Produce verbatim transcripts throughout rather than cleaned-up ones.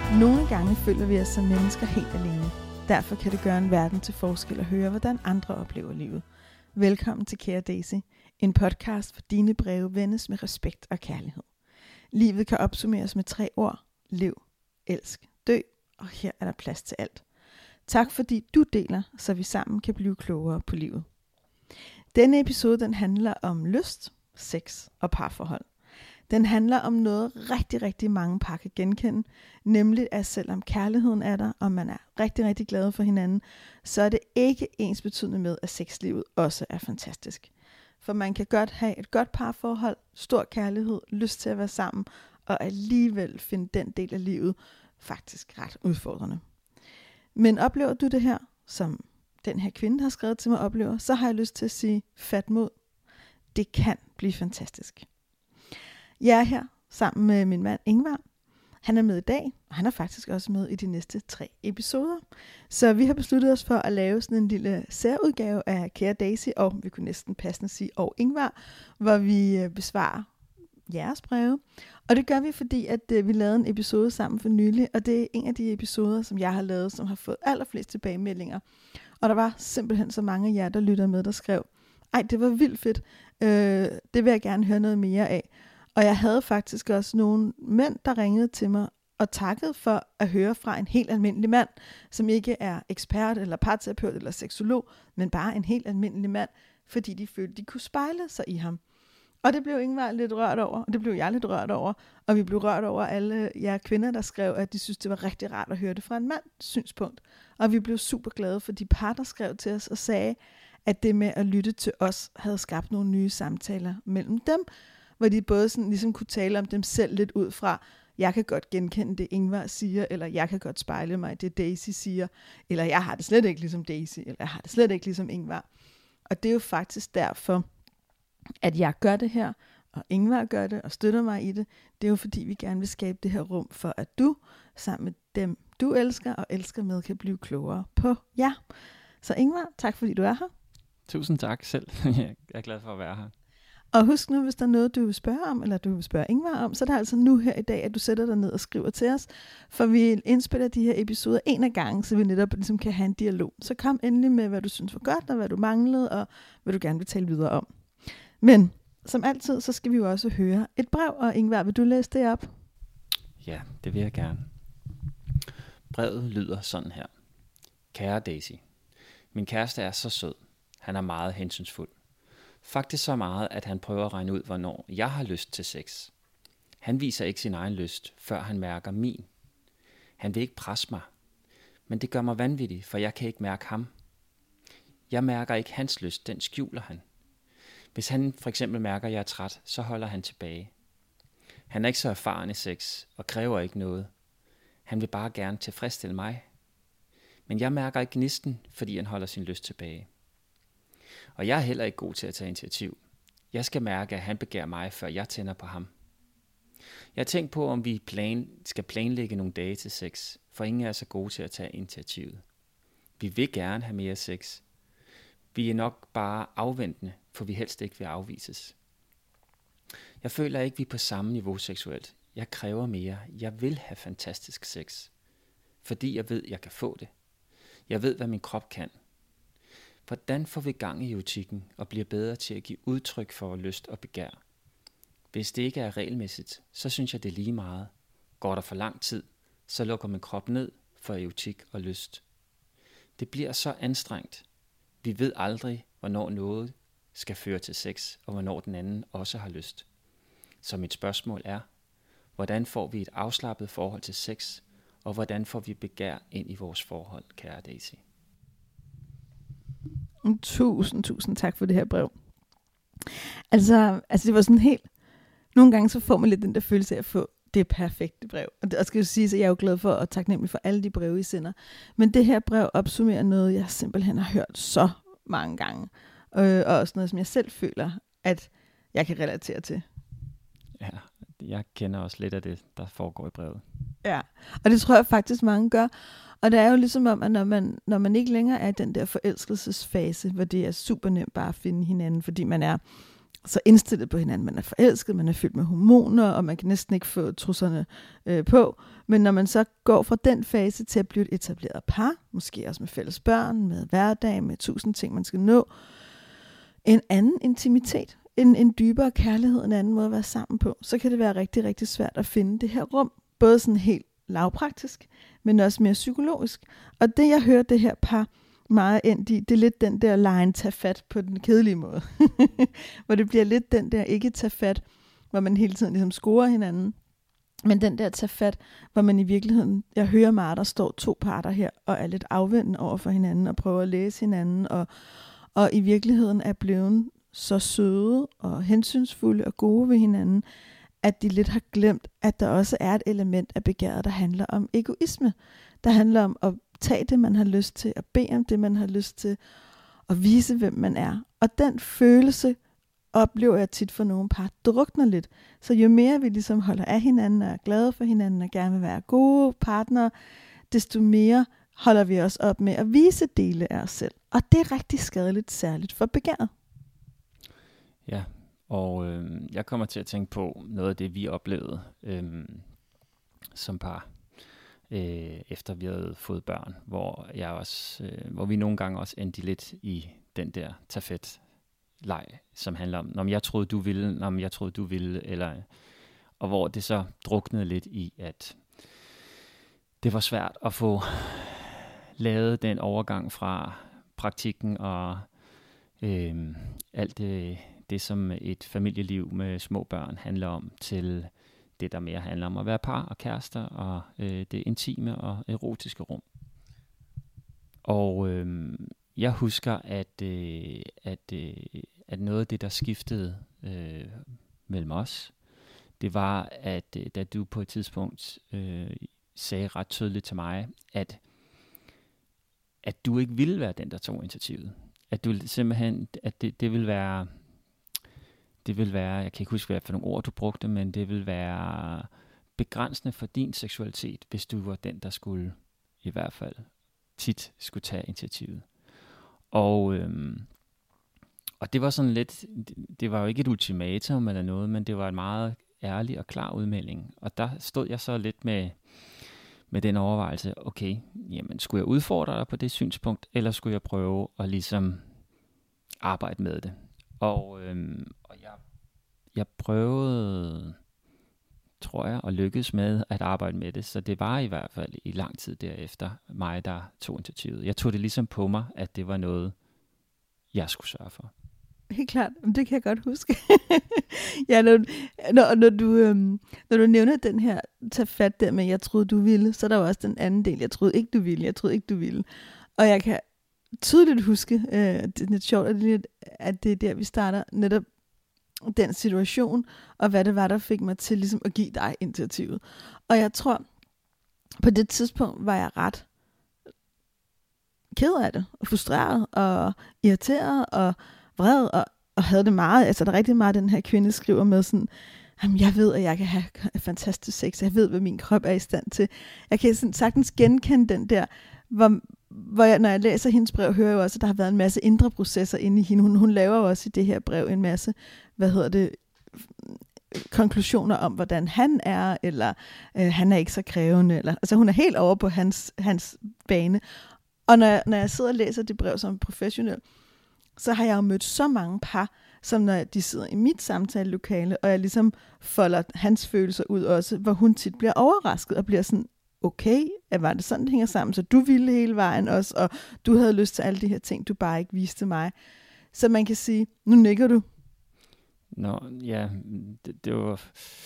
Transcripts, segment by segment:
Nogle gange føler vi os som mennesker helt alene. Derfor kan det gøre en verden til forskel at høre, hvordan andre oplever livet. Velkommen til Kære Daisy, en podcast, hvor dine breve vendes med respekt og kærlighed. Livet kan opsummeres med tre ord: lev, elsk, dø, og her er der plads til alt. Tak fordi du deler, så vi sammen kan blive klogere på livet. Denne episode den handler om lyst, sex og parforhold. Den handler om noget rigtig, rigtig mange par kan genkende, nemlig at selvom kærligheden er der, og man er rigtig, rigtig glad for hinanden, så er det ikke ensbetydende med, at sexlivet også er fantastisk. For man kan godt have et godt parforhold, stor kærlighed, lyst til at være sammen, og alligevel finde den del af livet faktisk ret udfordrende. Men oplever du det her, som den her kvinde har skrevet til mig oplever, så har jeg lyst til at sige fat mod. Det kan blive fantastisk. Jeg er her sammen med min mand Ingvar. Han er med i dag, og han er faktisk også med i de næste tre episoder. Så vi har besluttet os for at lave sådan en lille særudgave af Kære Daisy, og vi kunne næsten passende sige og Ingvar, hvor vi besvarer jeres breve. Og det gør vi, fordi at vi lavede en episode sammen for nylig, og det er en af de episoder, som jeg har lavet, som har fået allerflest tilbagemeldinger. Og der var simpelthen så mange af jer, der lytter med, der skrev, ej, det var vildt fedt, øh, det vil jeg gerne høre noget mere af. Og jeg havde faktisk også nogle mænd, der ringede til mig og takkede for at høre fra en helt almindelig mand, som ikke er ekspert eller parterapeut eller seksolog, men bare en helt almindelig mand, fordi de følte, de kunne spejle sig i ham. Og det blev Ingvar lidt rørt over, og det blev jeg lidt rørt over, og vi blev rørt over alle jer kvinder, der skrev, at de synes, det var rigtig rart at høre det fra en mands synspunkt. Og vi blev super glade for de par, der skrev til os og sagde, at det med at lytte til os havde skabt nogle nye samtaler mellem dem, hvor de både sådan ligesom kunne tale om dem selv lidt ud fra, jeg kan godt genkende det Ingvar siger, eller jeg kan godt spejle mig det Daisy siger, eller jeg har det slet ikke ligesom Daisy, eller jeg har det slet ikke ligesom Ingvar. Og det er jo faktisk derfor, at jeg gør det her, og Ingvar gør det, og støtter mig i det. Det er jo fordi, vi gerne vil skabe det her rum for, at du, sammen med dem, du elsker og elsker med, kan blive klogere på jer. Så Ingvar, tak fordi du er her. Tusind tak selv. Jeg er glad for at være her. Og husk nu, hvis der er noget, du vil spørge om, eller du vil spørge Ingvar om, så er det altså nu her i dag, at du sætter dig ned og skriver til os. For vi indspiller de her episoder en af gangen, så vi netop ligesom kan have en dialog. Så kom endelig med, hvad du synes var godt, og hvad du manglede, og hvad du gerne vil tale videre om. Men som altid, så skal vi jo også høre et brev, og Ingvar, vil du læse det op? Ja, det vil jeg gerne. Brevet lyder sådan her. Kære Daisy, min kæreste er så sød. Han er meget hensynsfuld. Faktisk så meget, at han prøver at regne ud, hvornår jeg har lyst til sex. Han viser ikke sin egen lyst, før han mærker min. Han vil ikke presse mig, men det gør mig vanvittig, for jeg kan ikke mærke ham. Jeg mærker ikke hans lyst, den skjuler han. Hvis han for eksempel mærker, at jeg er træt, så holder han tilbage. Han er ikke så erfaren i sex og kræver ikke noget. Han vil bare gerne tilfredsstille mig. Men jeg mærker ikke gnisten, fordi han holder sin lyst tilbage. Og jeg er heller ikke god til at tage initiativ. Jeg skal mærke, at han begærer mig, før jeg tænder på ham. Jeg har tænkt på, om vi plan, skal planlægge nogle dage til sex, for ingen er så gode til at tage initiativet. Vi vil gerne have mere sex. Vi er nok bare afventende, for vi helst ikke vil afvises. Jeg føler ikke, vi er på samme niveau seksuelt. Jeg kræver mere. Jeg vil have fantastisk sex. Fordi jeg ved, jeg kan få det. Jeg ved, hvad min krop kan. Hvordan får vi gang i erotikken og bliver bedre til at give udtryk for lyst og begær? Hvis det ikke er regelmæssigt, så synes jeg, det er lige meget. Går der for lang tid, så lukker min krop ned for erotik og lyst. Det bliver så anstrengt. Vi ved aldrig, hvornår noget skal føre til sex, og hvornår den anden også har lyst. Så mit spørgsmål er, hvordan får vi et afslappet forhold til sex, og hvordan får vi begær ind i vores forhold, kære Daisy? Tusind, tusind tak for det her brev. Altså, altså det var sådan helt... Nogle gange så får man lidt den der følelse af at få det perfekte brev. Og det skal jo sige, at jeg er jo glad for og taknemmelig for alle de breve, I sender. Men det her brev opsummerer noget, jeg simpelthen har hørt så mange gange. Øh, og også noget, som jeg selv føler, at jeg kan relatere til. Ja, jeg kender også lidt af det, der foregår i brevet. Ja, og det tror jeg faktisk mange gør. Og det er jo ligesom om, at når man, når man ikke længere er i den der forelskelsesfase, hvor det er super nemt bare at finde hinanden, fordi man er så indstillet på hinanden. Man er forelsket, man er fyldt med hormoner, og man kan næsten ikke få trusserne øh, på. Men når man så går fra den fase til at blive et etableret par, måske også med fælles børn, med hverdag, med tusind ting, man skal nå, en anden intimitet, en, en dybere kærlighed, en anden måde at være sammen på, så kan det være rigtig, rigtig svært at finde det her rum. Både sådan helt lavpraktisk, men også mere psykologisk. Og det, jeg hører det her par meget endt i, det er lidt den der line, tage fat på den kedelige måde. Hvor det bliver lidt den der ikke tage fat, hvor man hele tiden ligesom scorer hinanden. Men den der tage fat, hvor man i virkeligheden, jeg hører meget, der står to parter her, og er lidt afvendende over for hinanden, og prøver at læse hinanden, og, og i virkeligheden er blevet så søde, og hensynsfulde, og gode ved hinanden, at de lidt har glemt, at der også er et element af begæret, der handler om egoisme. Der handler om at tage det, man har lyst til, og bede om det, man har lyst til, og vise, hvem man er. Og den følelse oplever jeg tit for nogle par drukner lidt. Så jo mere vi ligesom holder af hinanden, og er glade for hinanden, og gerne vil være gode partnere, desto mere holder vi os op med at vise dele af os selv. Og det er rigtig skadeligt, særligt for begæret. Ja, og øh, jeg kommer til at tænke på noget af det, vi oplevede øh, som par, øh, efter vi havde fået børn, hvor, jeg også, øh, hvor vi nogle gange også endte lidt i den der tafet-leg, som handler om, når jeg troede, du ville, når jeg troede, du ville, eller, og hvor det så druknede lidt i, at det var svært at få lavet den overgang fra praktikken og øh, alt det, det, som et familieliv med små børn handler om, til det, der mere handler om at være par og kærester, og øh, det intime og erotiske rum. Og øh, jeg husker, at, øh, at, øh, at noget af det, der skiftede øh, mellem os, det var, at øh, da du på et tidspunkt øh, sagde ret tydeligt til mig, at, at du ikke ville være den, der tog initiativet. At du simpelthen, at det, det ville være, det vil være, jeg kan ikke huske, hvad for nogle ord du brugte, men det vil være begrænsende for din seksualitet, hvis du var den, der skulle, i hvert fald tit, skulle tage initiativet. Og, øhm, og det var sådan lidt, det var jo ikke et ultimatum eller noget, men det var en meget ærlig og klar udmelding. Og der stod jeg så lidt med, med den overvejelse, okay, jamen skulle jeg udfordre dig på det synspunkt, eller skulle jeg prøve at ligesom arbejde med det? Og, øhm, og jeg, jeg prøvede, tror jeg, at lykkes med at arbejde med det. Så det var i hvert fald i lang tid derefter mig, der tog initiativet. Jeg tog det ligesom på mig, at det var noget, jeg skulle sørge for. Helt klart, det kan jeg godt huske. Ja, når, når, når, du, øhm, når du nævner den her, tag fat der med, jeg troede du ville, så er der jo også den anden del, jeg troede ikke du ville, jeg troede ikke du ville. Og jeg kan tydeligt huske, øh, det er lidt sjovt, at det, at det er der, vi starter netop den situation, og hvad det var, der fik mig til ligesom at give dig initiativet. Og jeg tror, på det tidspunkt var jeg ret ked af det, og frustreret, og irriteret, og vred, og, og havde det meget, altså der er rigtig meget, den her kvinde skriver med sådan, jamen jeg ved, at jeg kan have fantastisk sex, jeg ved, hvad min krop er i stand til. Jeg kan sådan sagtens genkende den der, hvor, hvor jeg, når jeg læser hendes brev, hører jeg jo også, at der har været en masse indre processer inde i hende. Hun, hun laver jo også i det her brev en masse, hvad hedder det, konklusioner om, hvordan han er, eller øh, han er ikke så krævende, eller, altså hun er helt over på hans, hans bane. Og når jeg, når jeg sidder og læser det brev som professionel, så har jeg jo mødt så mange par, som når de sidder i mit samtalelokale, og jeg ligesom folder hans følelser ud også, hvor hun tit bliver overrasket og bliver sådan, okay, var det sådan, det hænger sammen, så du ville hele vejen også, og du havde lyst til alle de her ting, du bare ikke viste mig. Så man kan sige, nu nikker du. Nå, ja, det, det var...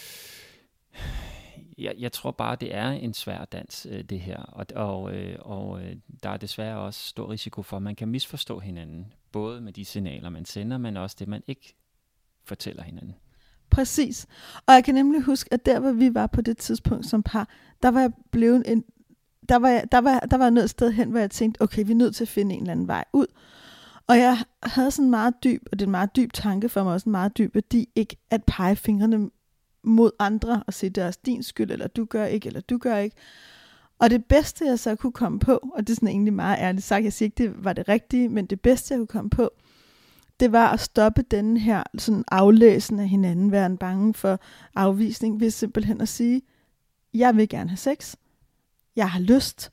Jeg, jeg tror bare, det er en svær dans, det her, og, og, og der er desværre også stor risiko for, at man kan misforstå hinanden, både med de signaler, man sender, men også det, man ikke fortæller hinanden. Præcis. Og jeg kan nemlig huske, at der, hvor vi var på det tidspunkt som par, der var jeg blevet en, der var jeg, der var, der var noget sted hen, hvor jeg tænkte, okay, vi er nødt til at finde en eller anden vej ud. Og jeg havde sådan en meget dyb, og det er en meget dyb tanke for mig, også en meget dyb værdi, ikke at pege fingrene mod andre og sige, det er også din skyld, eller du gør ikke, eller du gør ikke. Og det bedste, jeg så kunne komme på, og det er sådan egentlig meget ærligt sagt, jeg siger ikke, det var det rigtige, men det bedste, jeg kunne komme på, det var at stoppe den her sådan aflæsen af hinanden, være bange for afvisning, ved simpelthen at sige, jeg vil gerne have sex, jeg har lyst,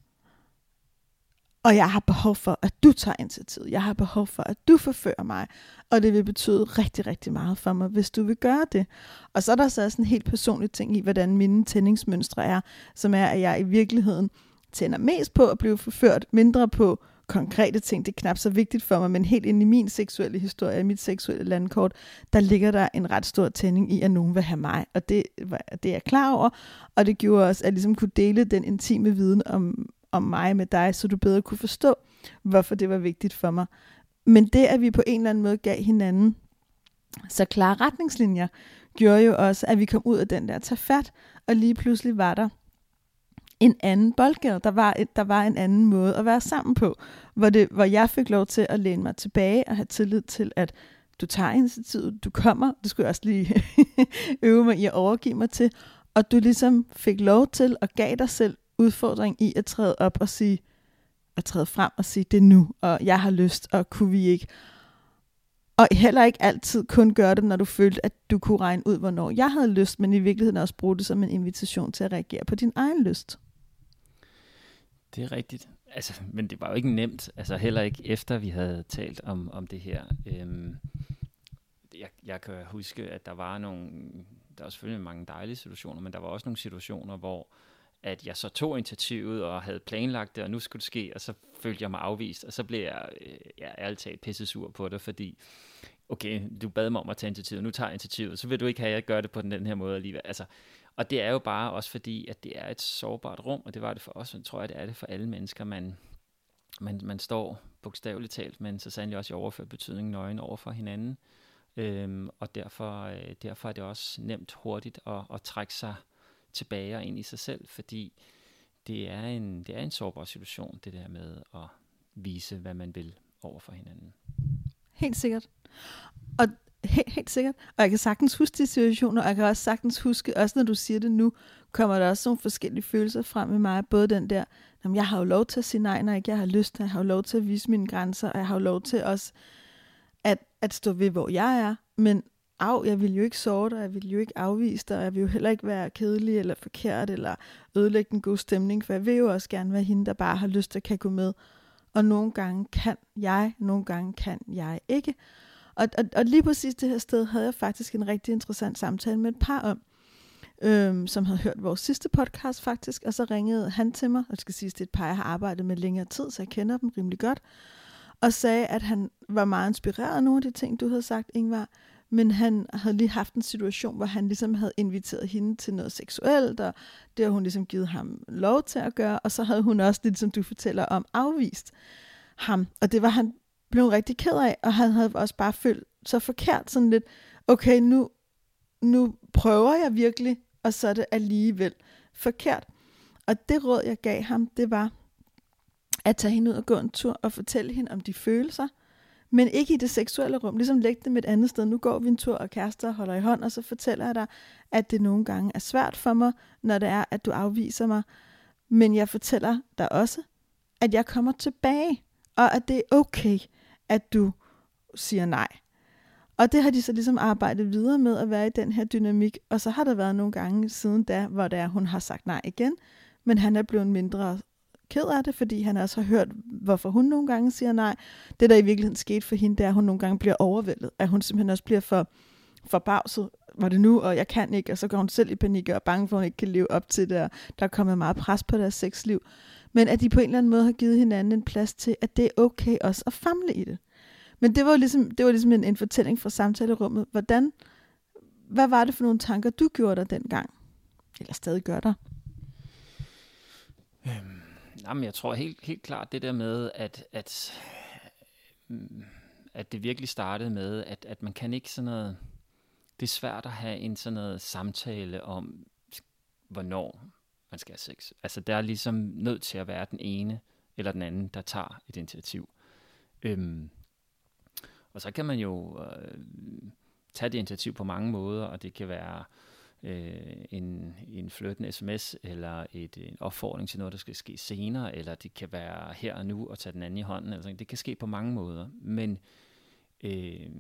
og jeg har behov for, at du tager initiativet. Jeg har behov for, at du forfører mig. Og det vil betyde rigtig, rigtig meget for mig, hvis du vil gøre det. Og så er der så også en helt personlig ting i, hvordan mine tændingsmønstre er, som er, at jeg i virkeligheden tænder mest på at blive forført, mindre på konkrete ting. Det er knap så vigtigt for mig, men helt ind i min seksuelle historie, i mit seksuelle landkort, der ligger der en ret stor tænding i, at nogen vil have mig. Og det, det er jeg klar over. Og det gjorde også, at jeg ligesom kunne dele den intime viden om om mig med dig, så du bedre kunne forstå, hvorfor det var vigtigt for mig. Men det, at vi på en eller anden måde gav hinanden så klare retningslinjer, gjorde jo også, at vi kom ud af den der tage fat, og lige pludselig var der en anden boldgade. Der var, et, der var en anden måde at være sammen på, hvor, det, hvor jeg fik lov til at læne mig tilbage og have tillid til, at du tager initiativet, du kommer, det skulle jeg også lige øve mig i at overgive mig til, og du ligesom fik lov til at gav dig selv udfordring i at træde op og sige, at træde frem og sige, det er nu, og jeg har lyst, og kunne vi ikke. Og heller ikke altid kun gøre det, når du følte, at du kunne regne ud, hvornår jeg havde lyst, men i virkeligheden også bruge det som en invitation til at reagere på din egen lyst. Det er rigtigt. Altså, men det var jo ikke nemt, altså heller ikke efter vi havde talt om, om det her. Øhm, jeg, jeg kan huske, at der var nogle, der var selvfølgelig mange dejlige situationer, men der var også nogle situationer, hvor at jeg så tog initiativet og havde planlagt det, og nu skulle det ske, og så følte jeg mig afvist, og så blev jeg, øh, jeg ærligt talt pissesur på det, fordi, okay, du bad mig om at tage initiativet, nu tager jeg initiativet, så vil du ikke have, at jeg gør det på den, den her måde alligevel. Altså, og det er jo bare også fordi, at det er et sårbart rum, og det var det for os, og tror jeg, det er det for alle mennesker. Man, man, man står bogstaveligt talt, men så sandelig også i overført betydning nøgen over for hinanden, øhm, og derfor, øh, derfor er det også nemt hurtigt at, at trække sig tilbage og ind i sig selv, fordi det er en, det er en sårbar situation, det der med at vise, hvad man vil over for hinanden. Helt sikkert. Og helt, helt sikkert. Og jeg kan sagtens huske de situationer, og jeg kan også sagtens huske, også når du siger det nu, kommer der også nogle forskellige følelser frem i mig. Både den der, jamen, jeg har jo lov til at sige nej, når ikke jeg har lyst til, jeg har jo lov til at vise mine grænser, og jeg har jo lov til også at, at stå ved, hvor jeg er. Men af, jeg vil jo ikke såre dig, jeg vil jo ikke afvise dig, og jeg vil jo heller ikke være kedelig eller forkert, eller ødelægge en god stemning, for jeg vil jo også gerne være hende, der bare har lyst til at kan gå med. Og nogle gange kan jeg, nogle gange kan jeg ikke. Og, og, og lige præcis det her sted havde jeg faktisk en rigtig interessant samtale med et par om, øhm, som havde hørt vores sidste podcast faktisk, og så ringede han til mig, og det skal siges, det er et par, jeg har arbejdet med længere tid, så jeg kender dem rimelig godt, og sagde, at han var meget inspireret af nogle af de ting, du havde sagt, Ingvar, men han havde lige haft en situation, hvor han ligesom havde inviteret hende til noget seksuelt, og det har hun ligesom givet ham lov til at gøre, og så havde hun også, lidt som du fortæller om, afvist ham. Og det var han blev rigtig ked af, og han havde også bare følt så forkert, sådan lidt, okay, nu, nu prøver jeg virkelig, og så er det alligevel forkert. Og det råd, jeg gav ham, det var at tage hende ud og gå en tur, og fortælle hende om de følelser, men ikke i det seksuelle rum, ligesom lægge dem et andet sted. Nu går vi en tur, og kærester holder i hånd, og så fortæller jeg dig, at det nogle gange er svært for mig, når det er, at du afviser mig. Men jeg fortæller dig også, at jeg kommer tilbage, og at det er okay, at du siger nej. Og det har de så ligesom arbejdet videre med at være i den her dynamik, og så har der været nogle gange siden da, hvor der hun har sagt nej igen, men han er blevet mindre ked af det, fordi han også har hørt, hvorfor hun nogle gange siger nej. Det, der i virkeligheden skete for hende, det er, at hun nogle gange bliver overvældet, at hun simpelthen også bliver for forbavset, var det nu, og jeg kan ikke, og så går hun selv i panik og er bange for, at hun ikke kan leve op til det, og der er kommet meget pres på deres sexliv. Men at de på en eller anden måde har givet hinanden en plads til, at det er okay også at famle i det. Men det var jo ligesom, det var ligesom en, en fortælling fra samtalerummet. Hvordan, hvad var det for nogle tanker, du gjorde dig dengang? Eller stadig gør dig? Øhm, jamen, jeg tror helt, helt klart det der med, at, at, at det virkelig startede med, at, at man kan ikke sådan noget, det er svært at have en sådan noget samtale om, hvornår man skal have sex. Altså, der er ligesom nødt til at være den ene eller den anden, der tager et initiativ. Øhm, og så kan man jo øh, tage det initiativ på mange måder, og det kan være øh, en, en flirtende sms, eller et, en opfordring til noget, der skal ske senere, eller det kan være her og nu og tage den anden i hånden. Altså, det kan ske på mange måder. Men øh,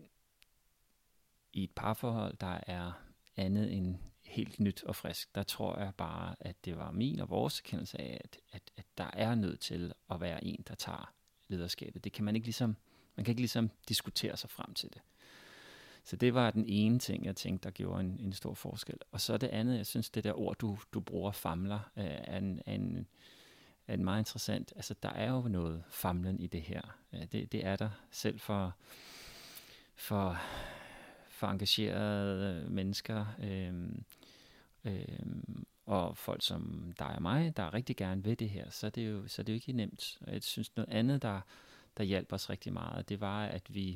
i et parforhold, der er andet end helt nyt og frisk, der tror jeg bare, at det var min og vores erkendelse af, at, at, at der er nødt til at være en, der tager lederskabet. Det kan man ikke ligesom, man kan ikke ligesom diskutere sig frem til det. Så det var den ene ting, jeg tænkte, der gjorde en, en stor forskel. Og så det andet, jeg synes, det der ord, du, du bruger, famler, øh, er, en, er, en, er en meget interessant. Altså, der er jo noget famlen i det her. Det, det er der selv for, for, for engagerede mennesker, øh, øh, og folk som dig og mig, der rigtig gerne vil det her. Så er det jo, så er det jo ikke nemt. Og jeg synes, noget andet, der, der hjalp os rigtig meget, det var, at vi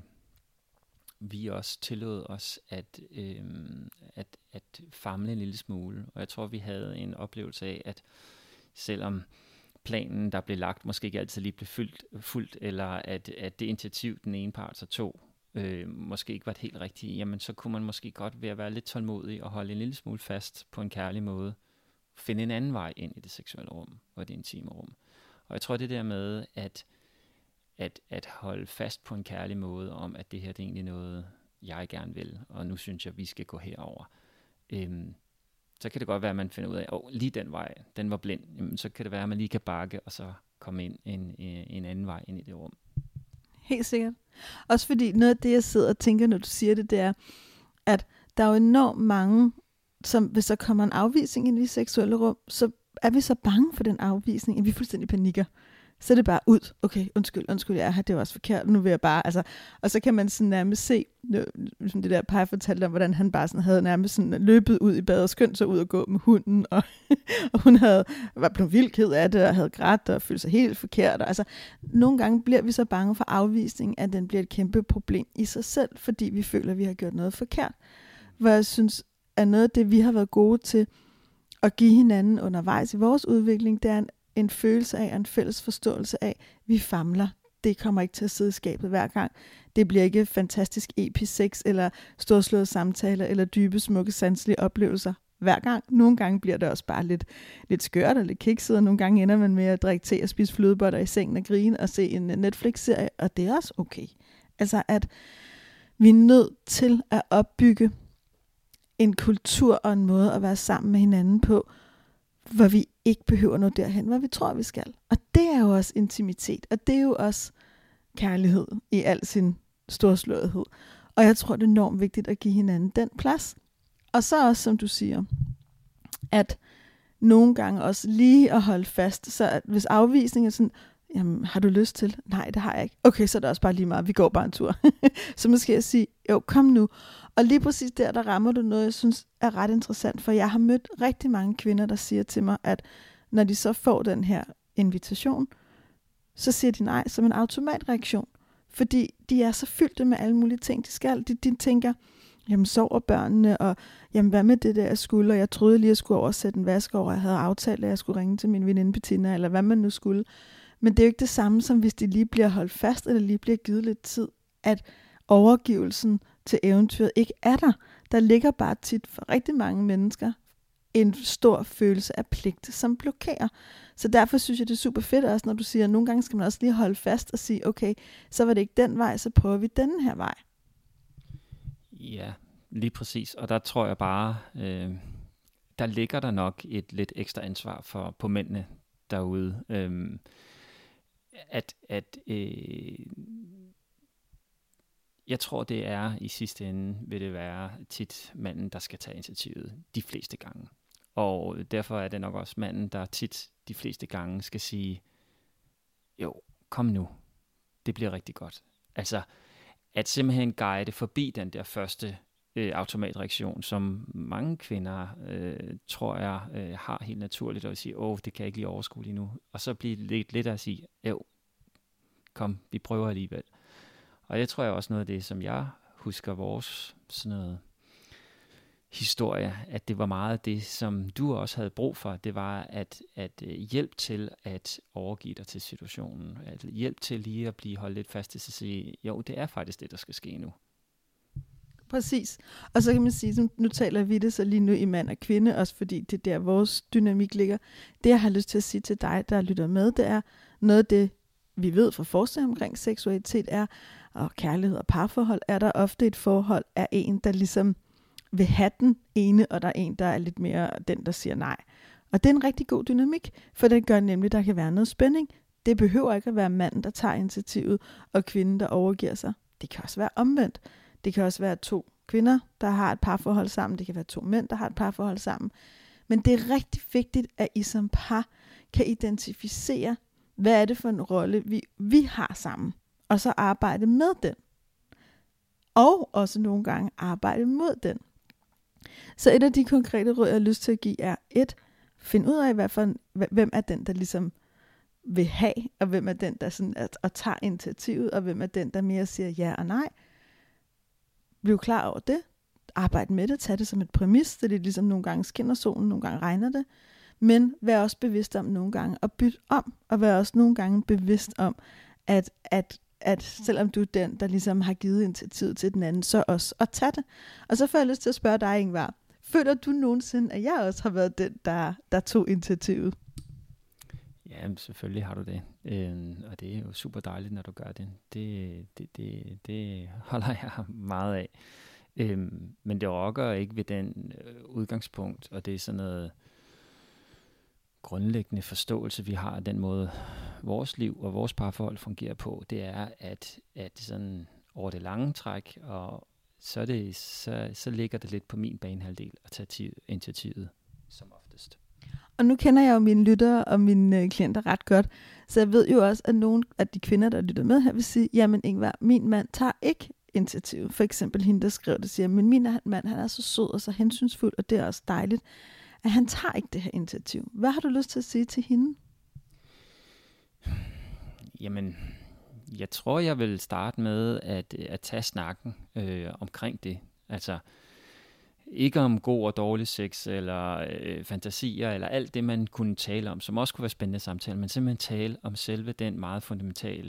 vi også tillod os at, øhm, at, at famle en lille smule. Og jeg tror, vi havde en oplevelse af, at selvom planen, der blev lagt, måske ikke altid lige blev fyldt, fuldt, eller at, at det initiativ, den ene part så tog, øh, måske ikke var et helt rigtigt, jamen så kunne man måske godt ved at være lidt tålmodig og holde en lille smule fast på en kærlig måde, finde en anden vej ind i det seksuelle rum og det intime rum. Og jeg tror, det der med, at At, at holde fast på en kærlig måde om, at det her det er egentlig noget, jeg gerne vil, og nu synes jeg, vi skal gå herover. Øhm, så kan det godt være, at man finder ud af, at oh, lige den vej, den var blind. Jamen, så kan det være, at man lige kan bakke, og så komme ind en, en anden vej ind i det rum. Helt sikkert. Også fordi noget af det, jeg sidder og tænker, når du siger det, det er, at der er jo enormt mange, som hvis der kommer en afvisning ind i det seksuelle rum, så er vi så bange for den afvisning, at vi fuldstændig panikker. Så er det bare ud. Okay, undskyld, undskyld, jeg er her, det var også forkert, nu vil jeg bare, altså, og så kan man sådan nærmest se, som det der Paj fortalte om, hvordan han bare sådan havde nærmest sådan løbet ud i badet og skyndt sig ud og gå med hunden, og, og hun havde, var blevet vildt ked af det, og havde grædt og følt sig helt forkert, og altså, nogle gange bliver vi så bange for afvisning, at den bliver et kæmpe problem i sig selv, fordi vi føler, at vi har gjort noget forkert. Hvor jeg synes, at noget af det, vi har været gode til at give hinanden undervejs i vores udvikling, det er en en følelse af, en fælles forståelse af, vi famler. Det kommer ikke til at sidde i skabet hver gang. Det bliver ikke fantastisk episk sex, eller storslåede samtaler, eller dybe, smukke, sanselige oplevelser hver gang. Nogle gange bliver det også bare lidt, lidt skørt og lidt kikset, og nogle gange ender man med at drikke te og spise flødeboller i sengen og grine og se en Netflix-serie, og det er også okay. Altså, at vi er nødt til at opbygge en kultur og en måde at være sammen med hinanden på, hvor vi ikke behøver nå derhen, hvor vi tror, vi skal. Og det er jo også intimitet, og det er jo også kærlighed i al sin storslåethed. Og jeg tror, det er enormt vigtigt at give hinanden den plads. Og så også, som du siger, at nogle gange også lige at holde fast, så at hvis afvisningen er sådan, jamen, har du lyst til? Nej, det har jeg ikke. Okay, så er det også bare lige meget, vi går bare en tur. Så måske jeg sige, jo, kom nu. Og lige præcis der, der rammer du noget, jeg synes er ret interessant, for jeg har mødt rigtig mange kvinder, der siger til mig, at når de så får den her invitation, så siger de nej som en automatreaktion. Fordi de er så fyldte med alle mulige ting, de skal. De, de tænker, jamen sover børnene, og jamen hvad med det der, jeg skulle, og jeg troede lige, jeg skulle oversætte en vask over, jeg havde aftalt, at jeg skulle ringe til min veninde Bettina, eller hvad man nu skulle. Men det er jo ikke det samme, som hvis de lige bliver holdt fast, eller lige bliver givet lidt tid, at overgivelsen til eventyret ikke er der. Der ligger bare tit for rigtig mange mennesker en stor følelse af pligt, som blokerer. Så derfor synes jeg, det er super fedt også, når du siger, at nogle gange skal man også lige holde fast og sige, okay, så var det ikke den vej, så prøver vi denne her vej. Ja, lige præcis. Og der tror jeg bare, øh, der ligger der nok et lidt ekstra ansvar for på mændene derude. Øh, at at øh, jeg tror, det er i sidste ende, vil det være tit manden, der skal tage initiativet de fleste gange. Og derfor er det nok også manden, der tit de fleste gange skal sige, jo, kom nu, det bliver rigtig godt. Altså, at simpelthen guide forbi den der første øh, automatreaktion, som mange kvinder, øh, tror jeg, øh, har helt naturligt, og vil sige, åh, det kan jeg ikke lige overskue lige nu. Og så blive lidt lidt at sige, jo, kom, vi prøver alligevel. Og det tror jeg også noget af det, som jeg husker vores sådan noget historie, at det var meget det, som du også havde brug for. Det var at, at hjælp til at overgive dig til situationen. At hjælp til lige at blive holdt lidt fast til at sige, jo, det er faktisk det, der skal ske nu. Præcis. Og så kan man sige, nu taler vi det så lige nu i mand og kvinde, også fordi det er der, vores dynamik ligger. Det, jeg har lyst til at sige til dig, der lytter med, det er noget af det, vi ved fra forskning omkring seksualitet, er og kærlighed og parforhold, er der ofte et forhold af en, der ligesom vil have den ene, og der er en, der er lidt mere den, der siger nej. Og det er en rigtig god dynamik, for det gør nemlig, at der kan være noget spænding. Det behøver ikke at være manden, der tager initiativet, og kvinden, der overgiver sig. Det kan også være omvendt. Det kan også være to kvinder, der har et parforhold sammen. Det kan være to mænd, der har et parforhold sammen. Men det er rigtig vigtigt, at I som par kan identificere, hvad er det for en rolle, vi, vi har sammen, og så arbejde med den. Og også nogle gange arbejde mod den. Så et af de konkrete råd, jeg har lyst til at give, er et, find ud af, hvad for en, hvem er den, der ligesom vil have, og hvem er den, der sådan at, at tager initiativet, og hvem er den, der mere siger ja og nej. Bliv klar over det. Arbejde med det. Tag det som et præmis. Det er ligesom nogle gange skinner solen, nogle gange regner det. Men vær også bevidst om nogle gange at bytte om, og vær også nogle gange bevidst om, at, at, at selvom du er den, der ligesom har givet initiativet til den anden, så også at tage det. Og så får jeg lyst til at spørge dig, Ingvar. Føler du nogensinde, at jeg også har været den, der, der tog initiativet? Ja, selvfølgelig har du det. Øhm, og det er jo super dejligt, når du gør det. Det, det, det, det holder jeg meget af. Øhm, men det rokker ikke ved den øh, udgangspunkt, og det er sådan noget grundlæggende forståelse, vi har af den måde, vores liv og vores parforhold fungerer på. Det er, at, at sådan over det lange træk, og så, er det, så, så ligger det lidt på min banehalvdel at tage initiativet som oftest. Og nu kender jeg jo mine lyttere og mine øh, klienter ret godt, så jeg ved jo også, at nogle af de kvinder, der lytter med her, vil sige, jamen Ingvar, min mand tager ikke initiativ. For eksempel hende, der skrev det, siger, men min mand, han er så sød og så hensynsfuld, og det er også dejligt, at han tager ikke det her initiativ. Hvad har du lyst til at sige til hende? Jamen, jeg tror, jeg vil starte med at, at tage snakken øh, omkring det. Altså, ikke om god og dårlig sex, eller øh, fantasier, eller alt det, man kunne tale om, som også kunne være spændende samtale, men simpelthen tale om selve den meget fundamentale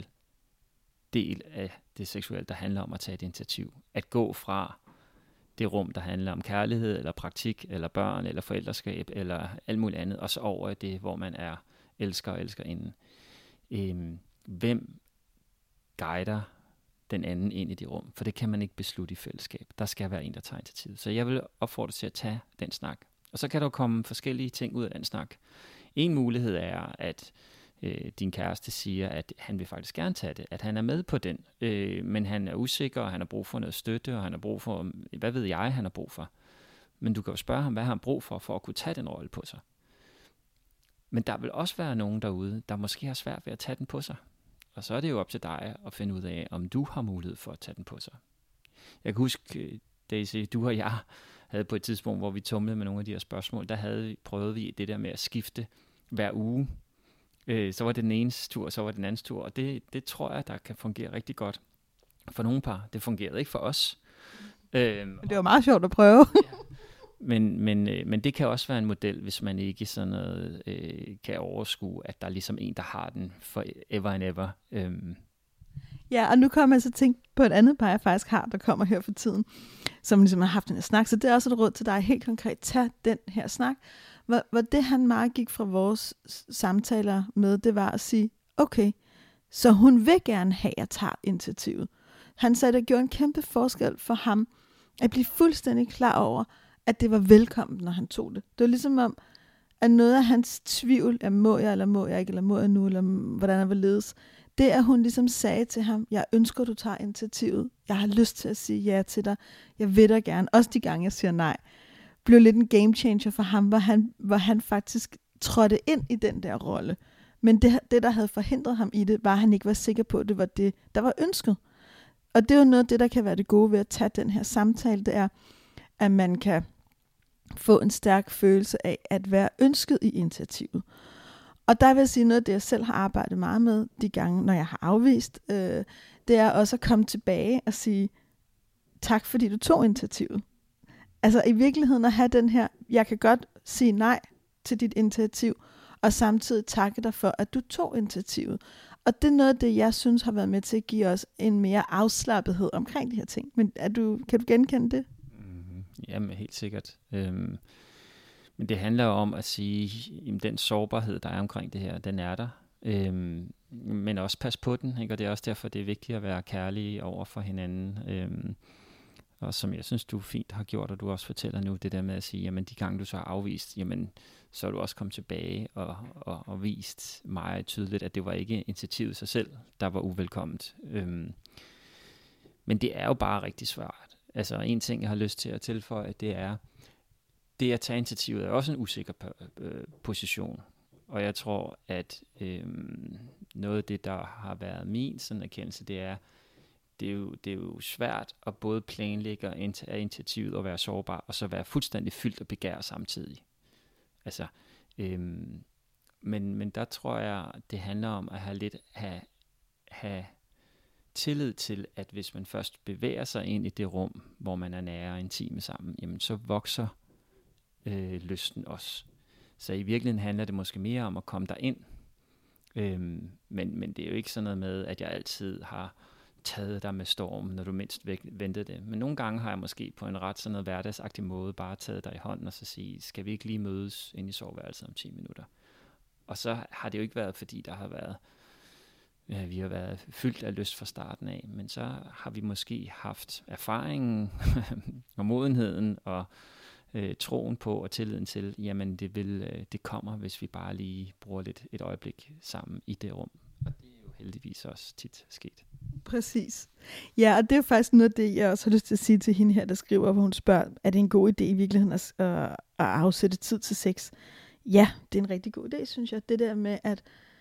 del af det seksuelle, der handler om at tage et initiativ. At gå fra det rum, der handler om kærlighed, eller praktik, eller børn, eller forældreskab, eller alt muligt andet, og så over det, hvor man er elsker og elsker inden. Øhm, hvem guider den anden ind i det rum? For det kan man ikke beslutte i fællesskab. Der skal være en, der tager initiativ. Så jeg vil opfordre til at tage den snak. Og så kan der komme forskellige ting ud af den snak. En mulighed er, at øh, din kæreste siger, at han vil faktisk gerne tage det, at han er med på den, øh, men han er usikker, og han har brug for noget støtte, og han har brug for, hvad ved jeg, han har brug for. Men du kan jo spørge ham, hvad har han brug for, for at kunne tage den rolle på sig. Men der vil også være nogen derude, der måske har svært ved at tage den på sig. Og så er det jo op til dig at finde ud af, om du har mulighed for at tage den på sig. Jeg kan huske, Daisy, du og jeg havde på et tidspunkt, hvor vi tumlede med nogle af de her spørgsmål, der havde prøvet vi det der med at skifte hver uge. Øh, så var det den enes tur, så var det den andens tur, og det, det tror jeg, der kan fungere rigtig godt for nogle par. Det fungerede ikke for os. Øhm, det var meget sjovt at prøve. ja. Men, men, øh, men det kan også være en model, hvis man ikke sådan noget, øh, kan overskue, at der er ligesom en, der har den for ever and ever. Øhm. Ja, og nu kommer jeg så tænke på et andet par, jeg faktisk har, der kommer her for tiden, som ligesom har haft den her snak. Så det er også et råd til dig, helt konkret, tag den her snak. Hvor, hvor det han meget gik fra vores samtaler med, det var at sige, okay, så hun vil gerne have, at jeg tager initiativet. Han sagde, at det gjorde en kæmpe forskel for ham, at blive fuldstændig klar over, at det var velkommen, når han tog det. Det var ligesom om, at noget af hans tvivl, er må jeg, eller må jeg ikke, eller må jeg nu, eller hvordan jeg vil ledes, det at hun ligesom sagde til ham, jeg ønsker, du tager initiativet, jeg har lyst til at sige ja til dig, jeg vil dig gerne, også de gange, jeg siger nej, blev lidt en game changer for ham, hvor han, hvor han faktisk trådte ind i den der rolle. Men det, det, der havde forhindret ham i det, var, at han ikke var sikker på, at det var det, der var ønsket. Og det er jo noget af det, der kan være det gode ved at tage den her samtale, det er, at man kan få en stærk følelse af at være ønsket i initiativet. Og der vil jeg sige noget af det, jeg selv har arbejdet meget med de gange, når jeg har afvist, øh, det er også at komme tilbage og sige, tak fordi du tog initiativet. Altså i virkeligheden at have den her, jeg kan godt sige nej til dit initiativ, og samtidig takke dig for, at du tog initiativet. Og det er noget af det, jeg synes har været med til at give os en mere afslappethed omkring de her ting. Men er du, kan du genkende det? Mm, jamen helt sikkert. Øhm, men det handler jo om at sige, at den sårbarhed, der er omkring det her, den er der. Øhm, men også passe på den, ikke? Og det er også derfor, det er vigtigt at være kærlig over for hinanden. Øhm, og som jeg synes, du fint har gjort, og du også fortæller nu, det der med at sige, jamen de gange du så har afvist, jamen så er du også kommet tilbage og, og, og vist meget tydeligt, at det var ikke initiativet i sig selv, der var uvelkomment. Øhm, men det er jo bare rigtig svært. Altså en ting, jeg har lyst til at tilføje, det er, det at tage initiativet er også en usikker øh, position. Og jeg tror, at øhm, noget af det, der har været min sådan erkendelse, det er, det er, jo, det er jo svært at både planlægge og indtage initiativet og være sårbar, og så være fuldstændig fyldt og begær samtidig. Altså, øhm, men, men der tror jeg, det handler om at have lidt have, have tillid til, at hvis man først bevæger sig ind i det rum, hvor man er nære og intime sammen, jamen så vokser øh, lysten også. Så i virkeligheden handler det måske mere om at komme derind. Øhm, men, men det er jo ikke sådan noget med, at jeg altid har taget dig med storm, når du mindst ventede det. Men nogle gange har jeg måske på en ret sådan noget hverdagsagtig måde bare taget dig i hånden og så sige, skal vi ikke lige mødes inde i soveværelset om ti minutter? Og så har det jo ikke været, fordi der har været, ja, vi har været fyldt af lyst fra starten af, men så har vi måske haft erfaringen og modenheden og øh, troen på og tilliden til, jamen det, vil, øh, det kommer, hvis vi bare lige bruger lidt et øjeblik sammen i det rum. Og det er jo heldigvis også tit sket. Præcis. Ja, og det er jo faktisk noget af det, jeg også har lyst til at sige til hende her, der skriver, hvor hun spørger, er det en god idé i virkeligheden at, at, at afsætte tid til sex? Ja, det er en rigtig god idé, synes jeg. Det der med at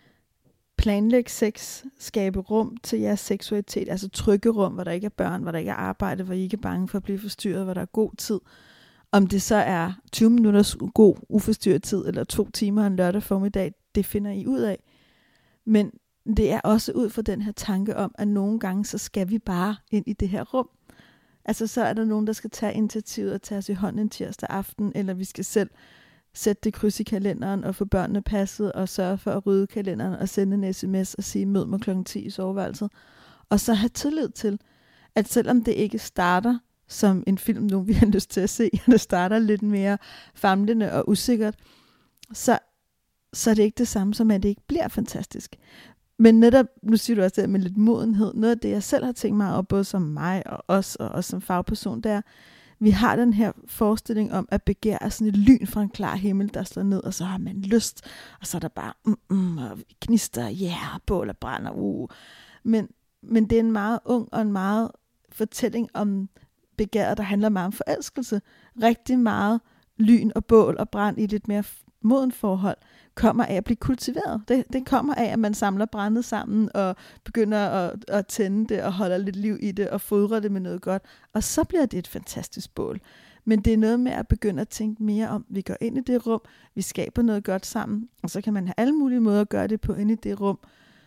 planlægge sex, skabe rum til jeres seksualitet, altså trygge rum, hvor der ikke er børn, hvor der ikke er arbejde, hvor I ikke er bange for at blive forstyrret, hvor der er god tid. Om det så er tyve minutters god uforstyrret tid, eller to timer en lørdag formiddag, det finder I ud af. Men det er også ud fra den her tanke om, at nogle gange, så skal vi bare ind i det her rum. Altså så er der nogen, der skal tage initiativet og tage os i hånden tirsdag aften, eller vi skal selv sætte det kryds i kalenderen og få børnene passet og sørge for at rydde kalenderen og sende en sms og sige, mød mig klokken ti i soveværelset. Og så have tillid til, at selvom det ikke starter som en film, nu vi har lyst til at se, og det starter lidt mere famlende og usikkert, så, så er det ikke det samme som, at det ikke bliver fantastisk. Men netop, nu siger du også det med lidt modenhed, noget af det, jeg selv har tænkt mig, og både som mig og os, og også som fagperson, det er, vi har den her forestilling om, at begær er sådan et lyn fra en klar himmel, der slår ned, og så har man lyst, og så er der bare, mm, mm, og gnister, ja, yeah, bål og brænder, uh. Men, men det er en meget ung og en meget fortælling om begæret, der handler meget om forelskelse. Rigtig meget lyn og bål og brand i lidt mere moden forhold kommer af at blive kultiveret. Det, det kommer af, at man samler brændet sammen og begynder at, at tænde det og holder lidt liv i det og fodrer det med noget godt. Og så bliver det et fantastisk bål. Men det er noget med at begynde at tænke mere om, vi går ind i det rum, vi skaber noget godt sammen, og så kan man have alle mulige måder at gøre det på inde i det rum.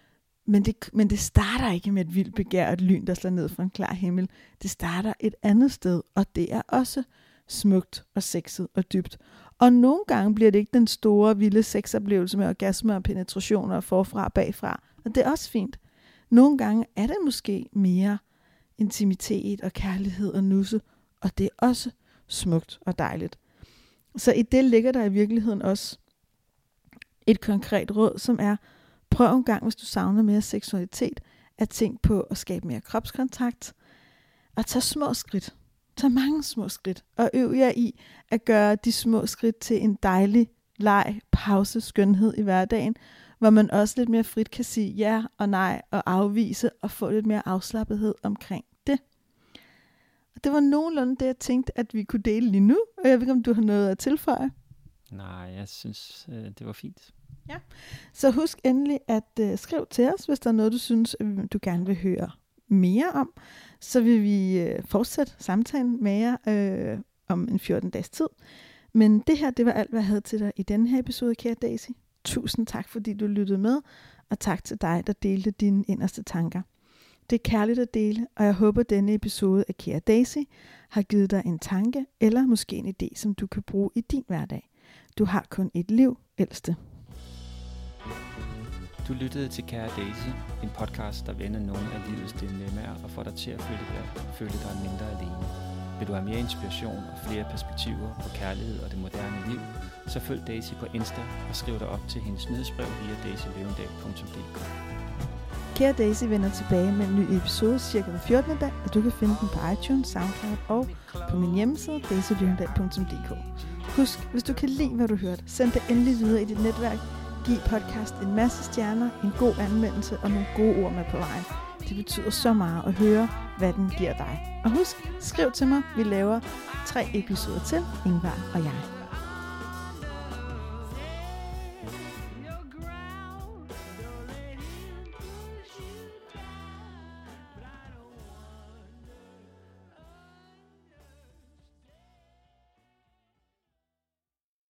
Men det, men det starter ikke med et vildt begær og et lyn, der slår ned fra en klar himmel. Det starter et andet sted, og det er også smukt og sexet og dybt. Og nogle gange bliver det ikke den store, vilde sexoplevelse med orgasmer og penetrationer forfra og bagfra. Og det er også fint. Nogle gange er det måske mere intimitet og kærlighed og nusse. Og det er også smukt og dejligt. Så i det ligger der i virkeligheden også et konkret råd, som er, prøv en gang, hvis du savner mere seksualitet, at tænke på at skabe mere kropskontakt. Og tage små skridt. Tag mange små skridt, og øv jer i at gøre de små skridt til en dejlig leg, pause, skønhed i hverdagen, hvor man også lidt mere frit kan sige ja og nej og afvise og få lidt mere afslappethed omkring det. Og det var nogenlunde det, jeg tænkte, at vi kunne dele lige nu, og jeg ved ikke, om du har noget at tilføje. Nej, jeg synes, det var fint. Ja, så husk endelig at uh, skrive til os, hvis der er noget, du synes, du gerne vil høre mere om, så vil vi øh, fortsætte samtalen med jer øh, om en fjorten dages tid. Men det her, det var alt, hvad jeg havde til dig i denne her episode, kære Daisy. Tusind tak, fordi du lyttede med, og tak til dig, der delte dine inderste tanker. Det er kærligt at dele, og jeg håber, at denne episode af Kære Daisy har givet dig en tanke, eller måske en idé, som du kan bruge i din hverdag. Du har kun et liv, ældste. Du lyttede til Kære Daisy, en podcast, der vender nogle af livets dilemmaer og får dig til at føle dig, føle dig mindre alene. Vil du have mere inspiration og flere perspektiver på kærlighed og det moderne liv, så følg Daisy på Insta og skriv dig op til hendes nyhedsbrev via daisy løvendal punktum d k. Kære Daisy vender tilbage med en ny episode cirka hver fjortende dag, og du kan finde den på iTunes, SoundCloud og på min hjemmeside daisy løvendal punktum d k. Husk, hvis du kan lide, hvad du hørte, send det endelig videre i dit netværk. Giv podcast en masse stjerner, en god anmeldelse og nogle gode ord med på vejen. Det betyder så meget at høre, hvad den giver dig. Og husk, skriv til mig, vi laver tre episoder til, Ingvar og jeg.